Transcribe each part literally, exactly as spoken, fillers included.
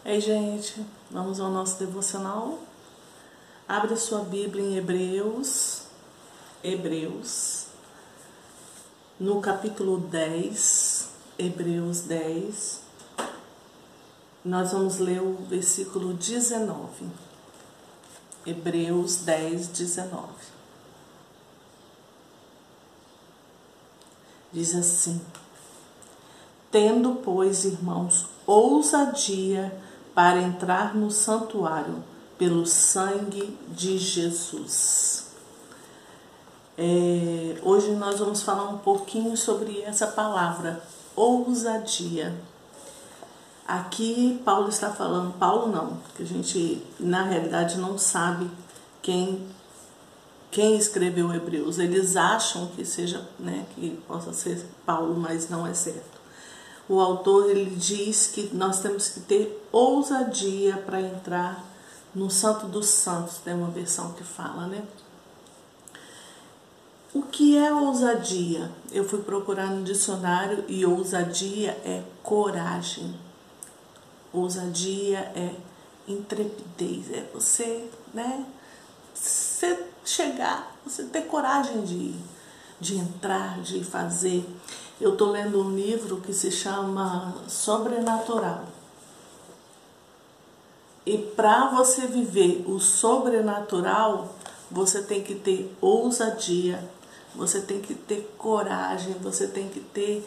Ei, gente, vamos ao nosso devocional. Abre a sua Bíblia em Hebreus, Hebreus, no capítulo dez, Hebreus dez. Nós vamos ler o versículo dezenove. Hebreus dez, dezenove. Diz assim: Tendo, pois, irmãos, ousadia para entrar no santuário pelo sangue de Jesus. É, hoje nós vamos falar um pouquinho sobre essa palavra, ousadia. Aqui Paulo está falando, Paulo não, que a gente na realidade não sabe quem, quem escreveu Hebreus. Eles acham que seja, né, que possa ser Paulo, mas não é certo. O autor, ele diz que nós temos que ter ousadia para entrar no Santo dos Santos. Tem uma versão que fala, né? O que é ousadia? Eu fui procurar no dicionário e ousadia é coragem. Ousadia é intrepidez, é você, né? Você chegar, você ter coragem de, de entrar, de fazer. Eu estou lendo um livro que se chama Sobrenatural. E para você viver o sobrenatural, você tem que ter ousadia, você tem que ter coragem, você tem que ter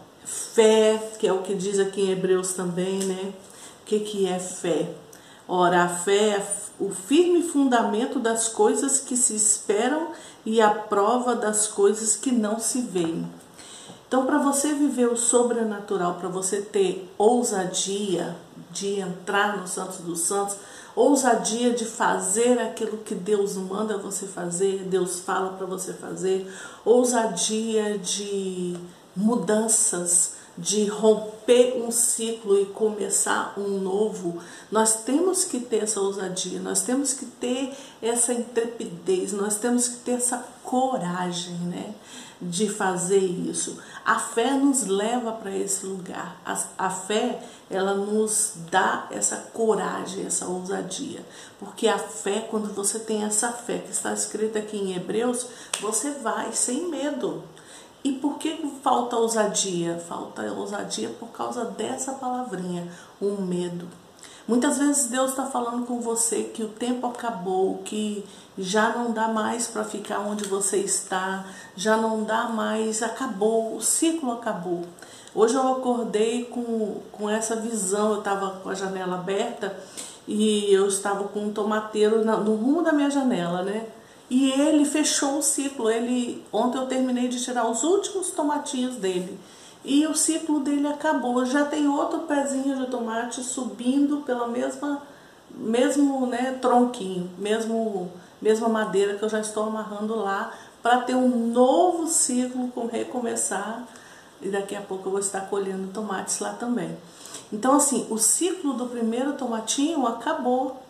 fé, que é o que diz aqui em Hebreus também, né? O que, que é fé? Ora, a fé é o firme fundamento das coisas que se esperam e a prova das coisas que não se veem. Então, para você viver o sobrenatural, para você ter ousadia de entrar no Santo dos Santos, ousadia de fazer aquilo que Deus manda você fazer, Deus fala para você fazer, ousadia de mudanças, de romper um ciclo e começar um novo, nós temos que ter essa ousadia, nós temos que ter essa intrepidez, nós temos que ter essa coragem, né, de fazer isso. A fé nos leva para esse lugar, a, a fé, ela nos dá essa coragem, essa ousadia, porque a fé, quando você tem essa fé que está escrita aqui em Hebreus, você vai sem medo. E por que falta ousadia? Falta ousadia por causa dessa palavrinha, o medo. Muitas vezes Deus está falando com você que o tempo acabou, que já não dá mais para ficar onde você está, já não dá mais, acabou, o ciclo acabou. Hoje eu acordei com, com essa visão, eu estava com a janela aberta e eu estava com um tomateiro no rumo da minha janela, né? E ele fechou o ciclo. Ele, ontem eu terminei de tirar os últimos tomatinhos dele. E o ciclo dele acabou. Já tem outro pezinho de tomate subindo pela mesma, mesmo, né, tronquinho, mesmo, mesma madeira que eu já estou amarrando lá para ter um novo ciclo, com recomeçar. E daqui a pouco eu vou estar colhendo tomates lá também. Então, assim, o ciclo do primeiro tomatinho acabou.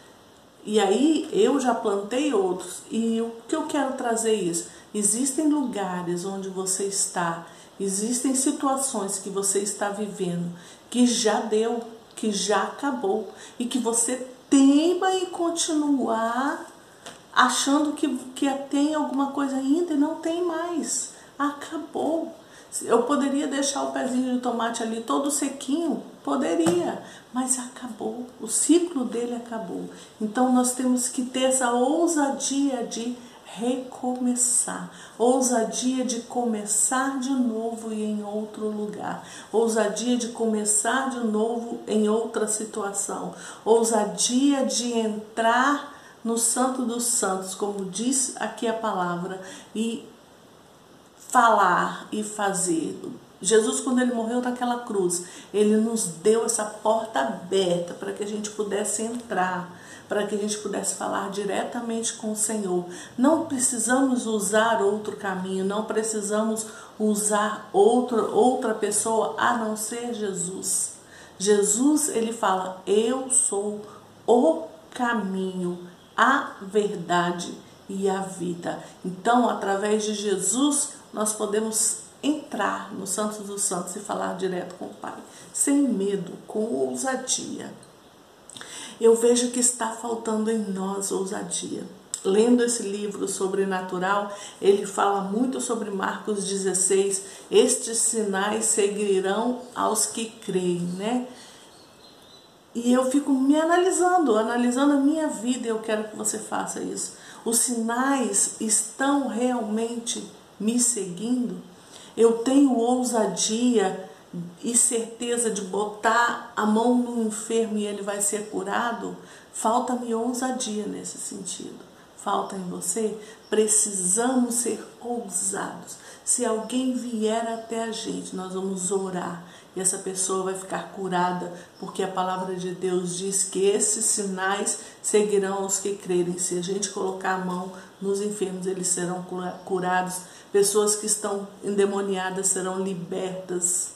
E aí eu já plantei outros. E o que eu quero trazer isso? Existem lugares onde você está, existem situações que você está vivendo, que já deu, que já acabou. E que você teima em continuar achando que, que tem alguma coisa ainda e não tem mais. Acabou. Eu poderia deixar o pezinho de tomate ali todo sequinho? Poderia, mas acabou. O ciclo dele acabou. Então nós temos que ter essa ousadia de recomeçar. Ousadia de começar de novo e em outro lugar. Ousadia de começar de novo em outra situação. Ousadia de entrar no Santo dos Santos, como diz aqui a palavra, e falar e fazer. Jesus, quando ele morreu naquela cruz, ele nos deu essa porta aberta para que a gente pudesse entrar, para que a gente pudesse falar diretamente com o Senhor. Não precisamos usar outro caminho, não precisamos usar outro, outra pessoa a não ser Jesus. Jesus, ele fala: eu sou o caminho, a verdade e a vida. Então, através de Jesus, nós podemos entrar no Santo dos Santos e falar direto com o Pai, sem medo, com ousadia. Eu vejo que está faltando em nós ousadia. Lendo esse livro sobrenatural, ele fala muito sobre Marcos dezesseis, estes sinais seguirão aos que creem, né? E eu fico me analisando, analisando a minha vida, e eu quero que você faça isso. Os sinais estão realmente me seguindo? Eu tenho ousadia e certeza de botar a mão no enfermo e ele vai ser curado? Falta-me ousadia nesse sentido. Falta em você? Precisamos ser ousados. Se alguém vier até a gente, nós vamos orar e essa pessoa vai ficar curada, porque a palavra de Deus diz que esses sinais seguirão aos que crerem. Se a gente colocar a mão nos enfermos, eles serão curados. Pessoas que estão endemoniadas serão libertas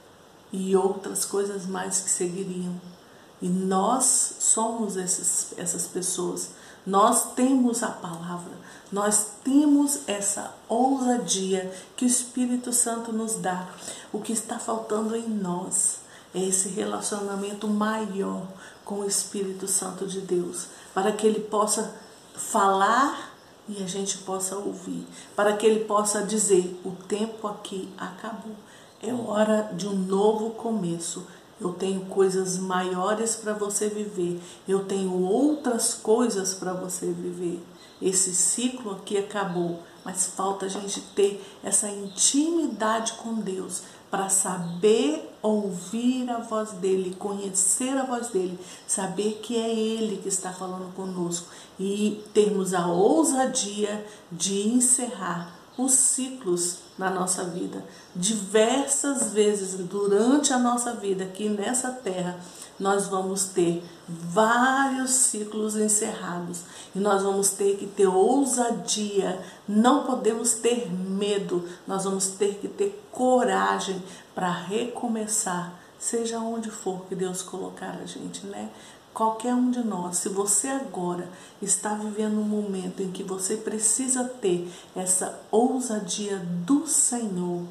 e outras coisas mais que seguiriam. E nós somos esses, essas pessoas. Nós temos a palavra, nós temos essa ousadia que o Espírito Santo nos dá. O que está faltando em nós é esse relacionamento maior com o Espírito Santo de Deus, para que ele possa falar e a gente possa ouvir, para que ele possa dizer, o tempo aqui acabou, é hora de um novo começo. Eu tenho coisas maiores para você viver. Eu tenho outras coisas para você viver. Esse ciclo aqui acabou, mas falta a gente ter essa intimidade com Deus para saber ouvir a voz dele, conhecer a voz dele, saber que é ele que está falando conosco e termos a ousadia de encerrar os ciclos na nossa vida. Diversas vezes durante a nossa vida aqui nessa terra, nós vamos ter vários ciclos encerrados e nós vamos ter que ter ousadia, não podemos ter medo, nós vamos ter que ter coragem para recomeçar, seja onde for que Deus colocar a gente, né? Qualquer um de nós, se você agora está vivendo um momento em que você precisa ter essa ousadia do Senhor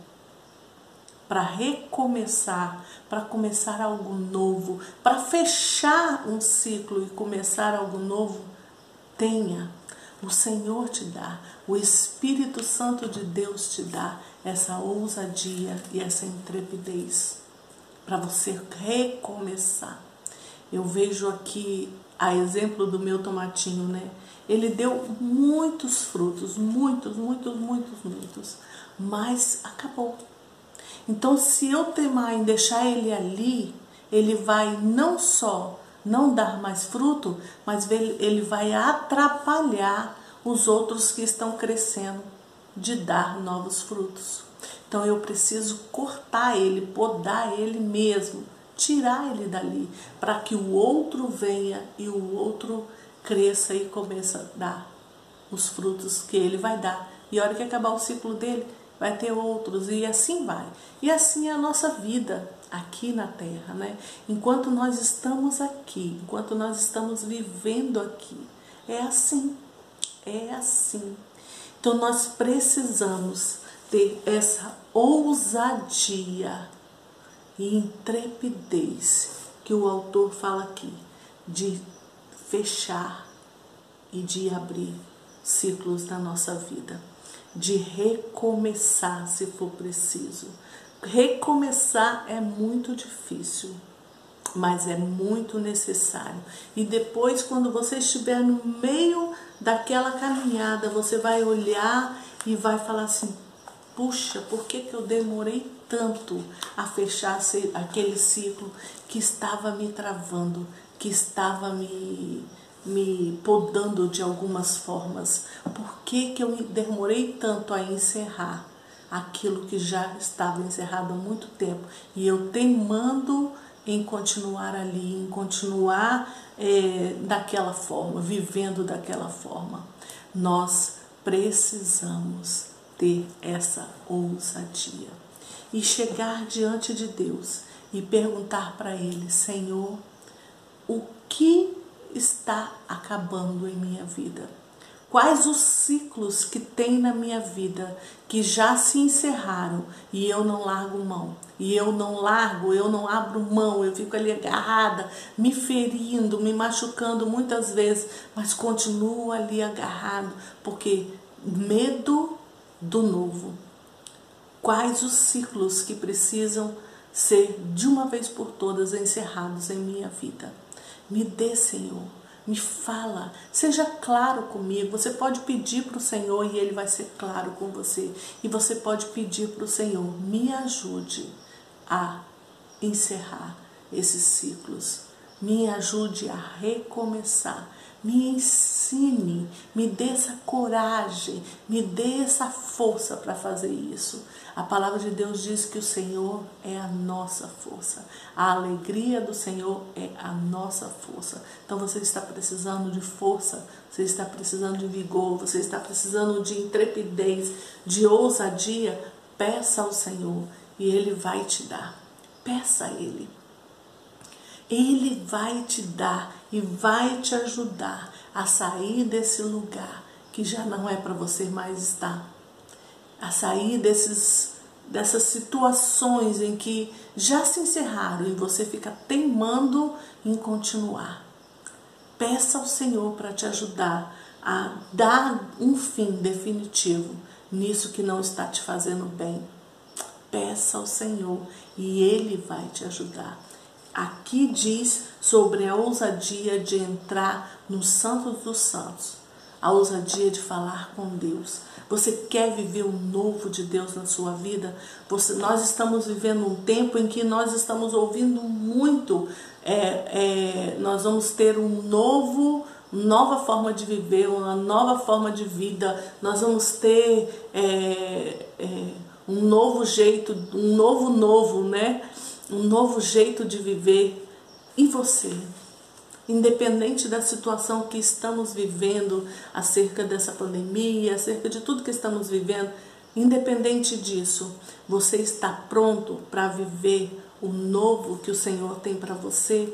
para recomeçar, para começar algo novo, para fechar um ciclo e começar algo novo, tenha. O Senhor te dá, o Espírito Santo de Deus te dá essa ousadia e essa intrepidez para você recomeçar. Eu vejo aqui a exemplo do meu tomatinho, né? Ele deu muitos frutos, muitos, muitos, muitos, muitos, mas acabou. Então, se eu teimar em deixar ele ali, ele vai não só não dar mais fruto, mas ele vai atrapalhar os outros que estão crescendo de dar novos frutos. Então, eu preciso cortar ele, podar ele mesmo, tirar ele dali, para que o outro venha e o outro cresça e comece a dar os frutos que ele vai dar. E a hora que acabar o ciclo dele, vai ter outros e assim vai. E assim é a nossa vida aqui na Terra, né? Enquanto nós estamos aqui, enquanto nós estamos vivendo aqui, é assim, é assim. Então nós precisamos ter essa ousadia e intrepidez que o autor fala aqui, de fechar e de abrir ciclos na nossa vida, de recomeçar se for preciso. Recomeçar é muito difícil, mas é muito necessário. E depois, quando você estiver no meio daquela caminhada, você vai olhar e vai falar assim, puxa, por que que eu demorei tanto a fechar aquele ciclo que estava me travando, que estava me, me podando de algumas formas? Por que que eu demorei tanto a encerrar aquilo que já estava encerrado há muito tempo? E eu teimando em continuar ali, em continuar é, daquela forma, vivendo daquela forma. Nós precisamos ter essa ousadia e chegar diante de Deus e perguntar para Ele, Senhor, o que está acabando em minha vida? Quais os ciclos que tem na minha vida que já se encerraram e eu não largo mão? e eu não largo, eu não abro mão, eu fico ali agarrada, me ferindo, me machucando muitas vezes, mas continuo ali agarrado, porque medo do novo. Quais os ciclos que precisam ser de uma vez por todas encerrados em minha vida? Me dê, Senhor, me fala, seja claro comigo. Você pode pedir para o Senhor e Ele vai ser claro com você. E você pode pedir para o Senhor, me ajude a encerrar esses ciclos. Me ajude a recomeçar. Me ensine, me dê essa coragem, me dê essa força para fazer isso. A palavra de Deus diz que o Senhor é a nossa força. A alegria do Senhor é a nossa força. Então você está precisando de força, você está precisando de vigor, você está precisando de intrepidez, de ousadia. Peça ao Senhor e Ele vai te dar. Peça a Ele. Ele vai te dar e vai te ajudar a sair desse lugar que já não é para você mais estar. A sair desses, dessas situações em que já se encerraram e você fica teimando em continuar. Peça ao Senhor para te ajudar a dar um fim definitivo nisso que não está te fazendo bem. Peça ao Senhor e Ele vai te ajudar. Aqui diz sobre a ousadia de entrar no Santo dos Santos, a ousadia de falar com Deus. Você quer viver o novo de Deus na sua vida? Você, nós estamos vivendo um tempo em que nós estamos ouvindo muito, é, é, nós vamos ter um novo, nova forma de viver, uma nova forma de vida, nós vamos ter é, é, um novo jeito, um novo novo, né? Um novo jeito de viver. E você? Independente da situação que estamos vivendo, acerca dessa pandemia, acerca de tudo que estamos vivendo, independente disso, você está pronto para viver o novo que o Senhor tem para você?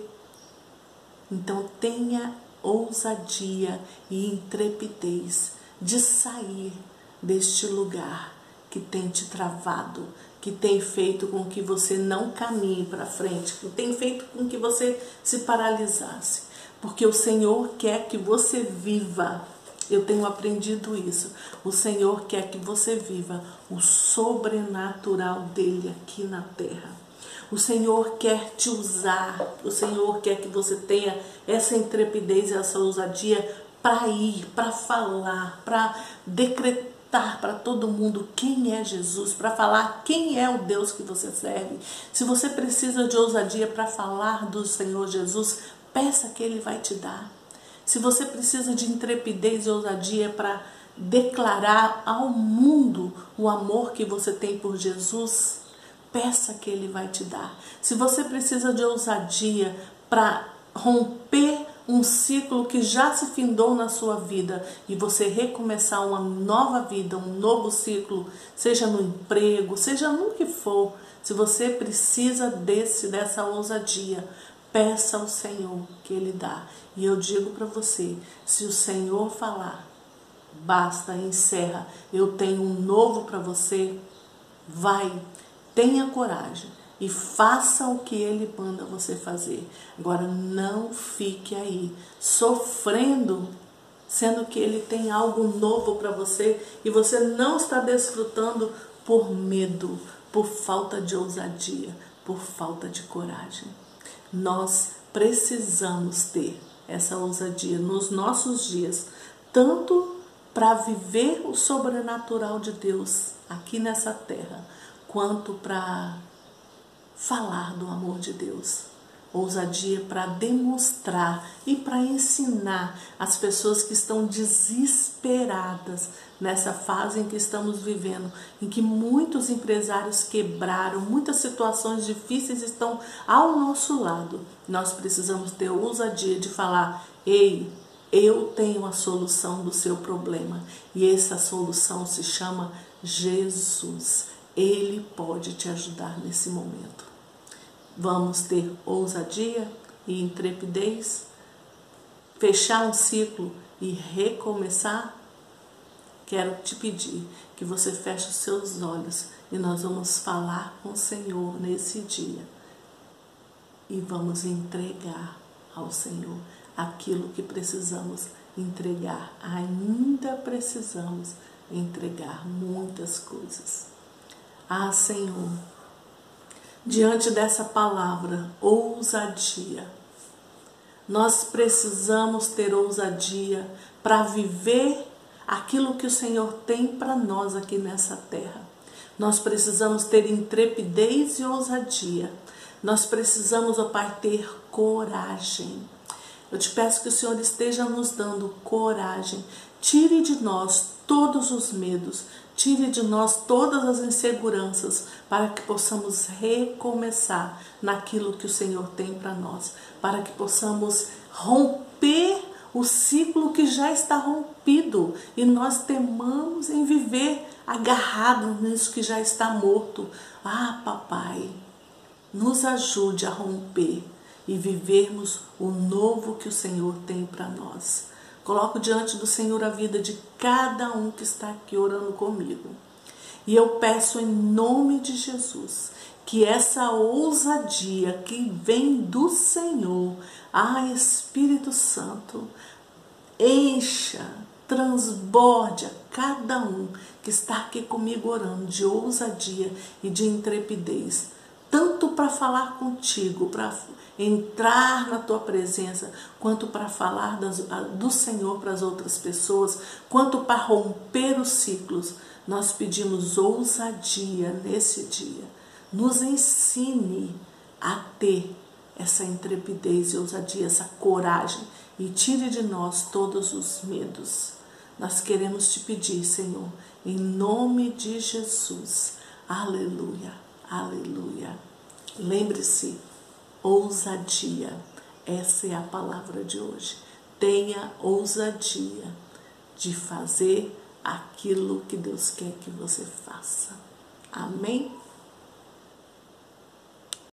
Então tenha ousadia e intrepidez de sair deste lugar que tem te travado, que tem feito com que você não caminhe para frente, que tem feito com que você se paralisasse. Porque o Senhor quer que você viva. Eu tenho aprendido isso. O Senhor quer que você viva o sobrenatural dele aqui na terra. O Senhor quer te usar. O Senhor quer que você tenha essa intrepidez e essa ousadia para ir, para falar, para decretar para todo mundo quem é Jesus, para falar quem é o Deus que você serve. Se você precisa de ousadia para falar do Senhor Jesus, peça que Ele vai te dar. Se você precisa de intrepidez e ousadia para declarar ao mundo o amor que você tem por Jesus, peça que Ele vai te dar. Se você precisa de ousadia para romper um ciclo que já se findou na sua vida e você recomeçar uma nova vida, um novo ciclo, seja no emprego, seja no que for, se você precisa desse, dessa ousadia, peça ao Senhor que Ele dá. E eu digo para você, se o Senhor falar, basta, encerra, eu tenho um novo para você, vai, tenha coragem. E faça o que Ele manda você fazer. Agora não fique aí sofrendo, sendo que Ele tem algo novo para você e você não está desfrutando por medo, por falta de ousadia, por falta de coragem. Nós precisamos ter essa ousadia nos nossos dias, tanto para viver o sobrenatural de Deus aqui nessa terra, quanto para falar do amor de Deus. Ousadia para demonstrar e para ensinar as pessoas que estão desesperadas nessa fase em que estamos vivendo, em que muitos empresários quebraram, muitas situações difíceis estão ao nosso lado. Nós precisamos ter ousadia de falar: ei, eu tenho a solução do seu problema. E essa solução se chama Jesus. Ele pode te ajudar nesse momento. Vamos ter ousadia e intrepidez, fechar um ciclo e recomeçar? Quero te pedir que você feche os seus olhos e nós vamos falar com o Senhor nesse dia e vamos entregar ao Senhor aquilo que precisamos entregar. Ainda precisamos entregar muitas coisas. Ah, Senhor, diante dessa palavra, ousadia, nós precisamos ter ousadia para viver aquilo que o Senhor tem para nós aqui nessa terra. Nós precisamos ter intrepidez e ousadia. Nós precisamos, ó Pai, ter coragem. Eu te peço que o Senhor esteja nos dando coragem. Tire de nós todos os medos, tire de nós todas as inseguranças, para que possamos recomeçar naquilo que o Senhor tem para nós, para que possamos romper o ciclo que já está rompido e nós temamos em viver agarrado nisso que já está morto. Ah, papai, nos ajude a romper e vivermos o novo que o Senhor tem para nós. Coloco diante do Senhor a vida de cada um que está aqui orando comigo. E eu peço em nome de Jesus que essa ousadia que vem do Senhor, ah, Espírito Santo, encha, transborde a cada um que está aqui comigo orando de ousadia e de intrepidez, tanto para falar contigo, para entrar na tua presença, quanto para falar das, do Senhor para as outras pessoas, quanto para romper os ciclos. Nós pedimos ousadia nesse dia. Nos ensine a ter essa intrepidez e ousadia, essa coragem, e tire de nós todos os medos. Nós queremos te pedir, Senhor, em nome de Jesus. Aleluia, aleluia. Lembre-se, ousadia, essa é a palavra de hoje. Tenha ousadia de fazer aquilo que Deus quer que você faça. Amém?